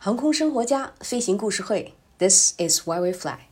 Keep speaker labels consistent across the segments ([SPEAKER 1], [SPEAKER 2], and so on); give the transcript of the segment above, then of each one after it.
[SPEAKER 1] 航空生活家飞行故事会 This is why we fly。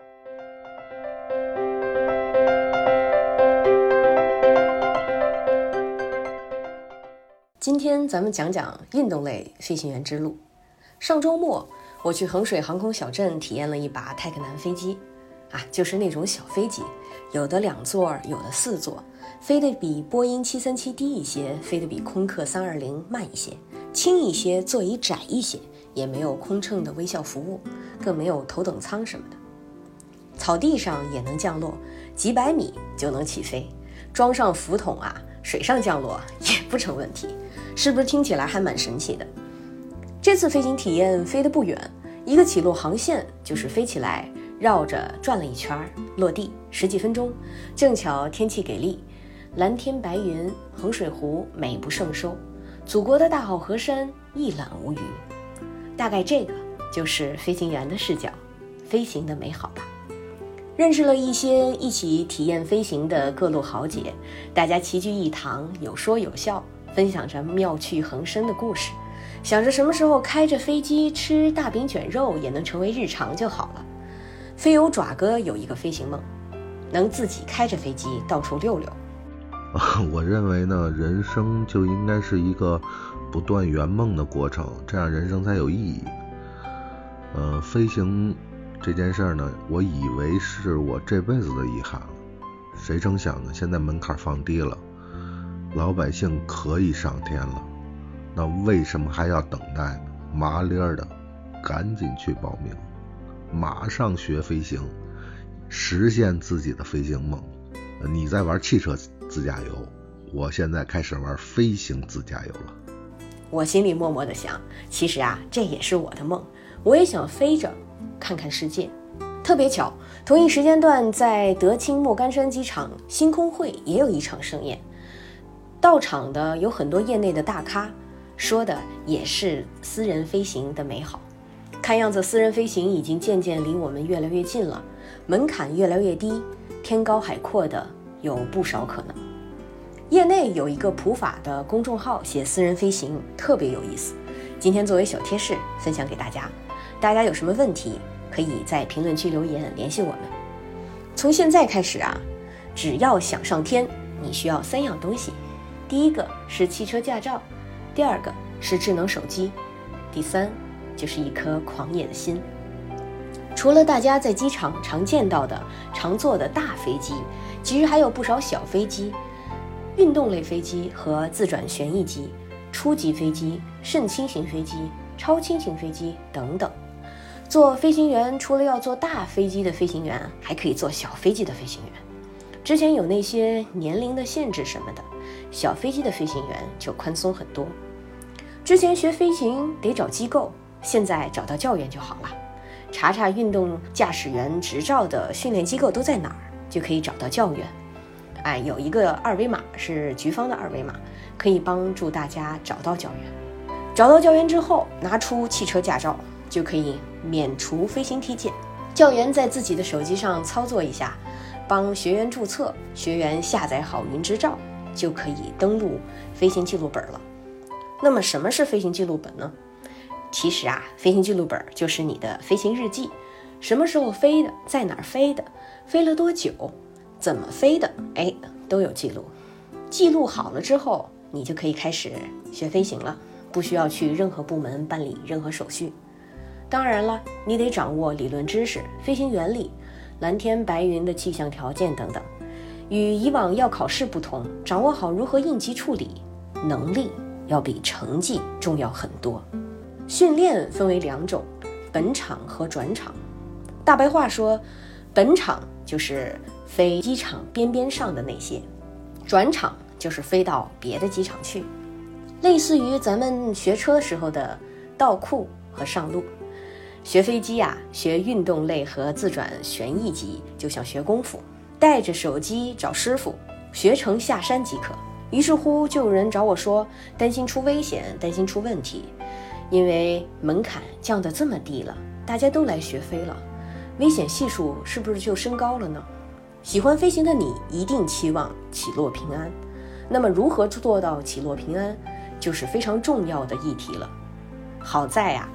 [SPEAKER 1] 今天咱们讲讲运动类飞行员之路。上周末我去衡水航空小镇体验了一把泰克南飞机就是那种小飞机，有的2座，有的4座，飞得比波音737低一些，飞得比空客320慢一些，轻一些，座椅窄一些，也没有空乘的微笑服务，更没有头等舱什么的。草地上也能降落，几百米就能起飞，装上浮筒水上降落也不成问题，是不是听起来还蛮神奇的？这次飞行体验飞得不远，一个起落航线就是飞起来绕着转了一圈，落地10几分钟，正巧天气给力，蓝天白云，衡水湖美不胜收，祖国的大好河山一览无余。大概这个就是飞行员的视角，飞行的美好吧。认识了一些一起体验飞行的各路豪杰，大家齐聚一堂，有说有笑，分享着妙趣横生的故事，想着什么时候开着飞机吃大饼卷肉也能成为日常就好了。飞友爪哥有一个飞行梦，能自己开着飞机到处溜溜。
[SPEAKER 2] 我认为呢，人生就应该是一个不断圆梦的过程，这样人生才有意义。飞行这件事呢，我以为是我这辈子的遗憾，谁成想呢，现在门槛放低了，老百姓可以上天了，那为什么还要等待呢？麻利儿的赶紧去报名，马上学飞行，实现自己的飞行梦。你在玩汽车自驾游，我现在开始玩飞行自驾游了。
[SPEAKER 1] 我心里默默地想，其实这也是我的梦，我也想飞着看看世界。特别巧，同一时间段在德清莫干山机场星空会也有一场盛宴，到场的有很多业内的大咖，说的也是私人飞行的美好。看样子私人飞行已经渐渐离我们越来越近了，门槛越来越低，天高海阔的有不少可能。业内有一个普法的公众号写私人飞行，特别有意思，今天作为小贴士分享给大家。大家有什么问题可以在评论区留言联系我们。从现在开始只要想上天，你需要3样东西。第一个是汽车驾照，第二个是智能手机，第三就是一颗狂野的心。除了大家在机场常见到的常坐的大飞机，其实还有不少小飞机、运动类飞机和自转旋翼机、初级飞机、甚轻型飞机、超轻型飞机等等。做飞行员除了要做大飞机的飞行员，还可以做小飞机的飞行员。之前有那些年龄的限制什么的，小飞机的飞行员就宽松很多。之前学飞行得找机构，现在找到教员就好了。查查运动驾驶员执照的训练机构都在哪儿，就可以找到教员。有一个2维码是局方的2维码，可以帮助大家找到教员。找到教员之后，拿出汽车驾照，就可以免除飞行体检。教员在自己的手机上操作一下，帮学员注册，学员下载好云执照，就可以登录飞行记录本了。那么什么是飞行记录本呢？其实飞行记录本就是你的飞行日记，什么时候飞的，在哪儿飞的，飞了多久，怎么飞的，都有记录。记录好了之后，你就可以开始学飞行了，不需要去任何部门办理任何手续。当然了，你得掌握理论知识、飞行原理、蓝天白云的气象条件等等。与以往要考试不同，掌握好如何应急处理，能力要比成绩重要很多。训练分为2种，本场和转场。大白话说，本场就是飞机场边边上的那些，转场就是飞到别的机场去，类似于咱们学车时候的倒库和上路。学飞机学运动类和自转旋翼机就像学功夫，带着手机找师傅，学成下山即可。于是乎就有人找我说，担心出危险，担心出问题，因为门槛降得这么低了，大家都来学飞了，危险系数是不是就升高了呢？喜欢飞行的你一定期望起落平安，那么如何做到起落平安，就是非常重要的议题了。好在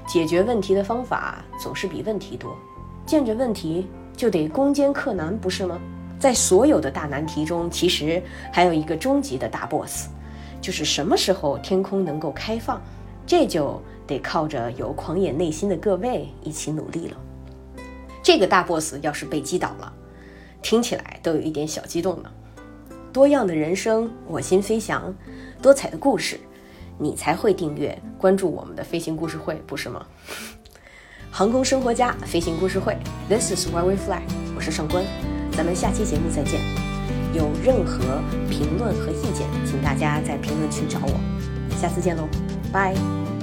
[SPEAKER 1] 解决问题的方法总是比问题多，见着问题就得攻坚克难，不是吗？在所有的大难题中，其实还有一个终极的大 boss， 就是什么时候天空能够开放，这就得靠着有狂野内心的各位一起努力了。这个大 boss 要是被击倒了，听起来都有一点小激动呢。多样的人生，我心飞翔，多彩的故事，你才会订阅关注我们的飞行故事会，不是吗？航空生活家飞行故事会 This is where we fly， 我是上官，咱们下期节目再见。有任何评论和意见，请大家在评论区找我。下次见喽，拜。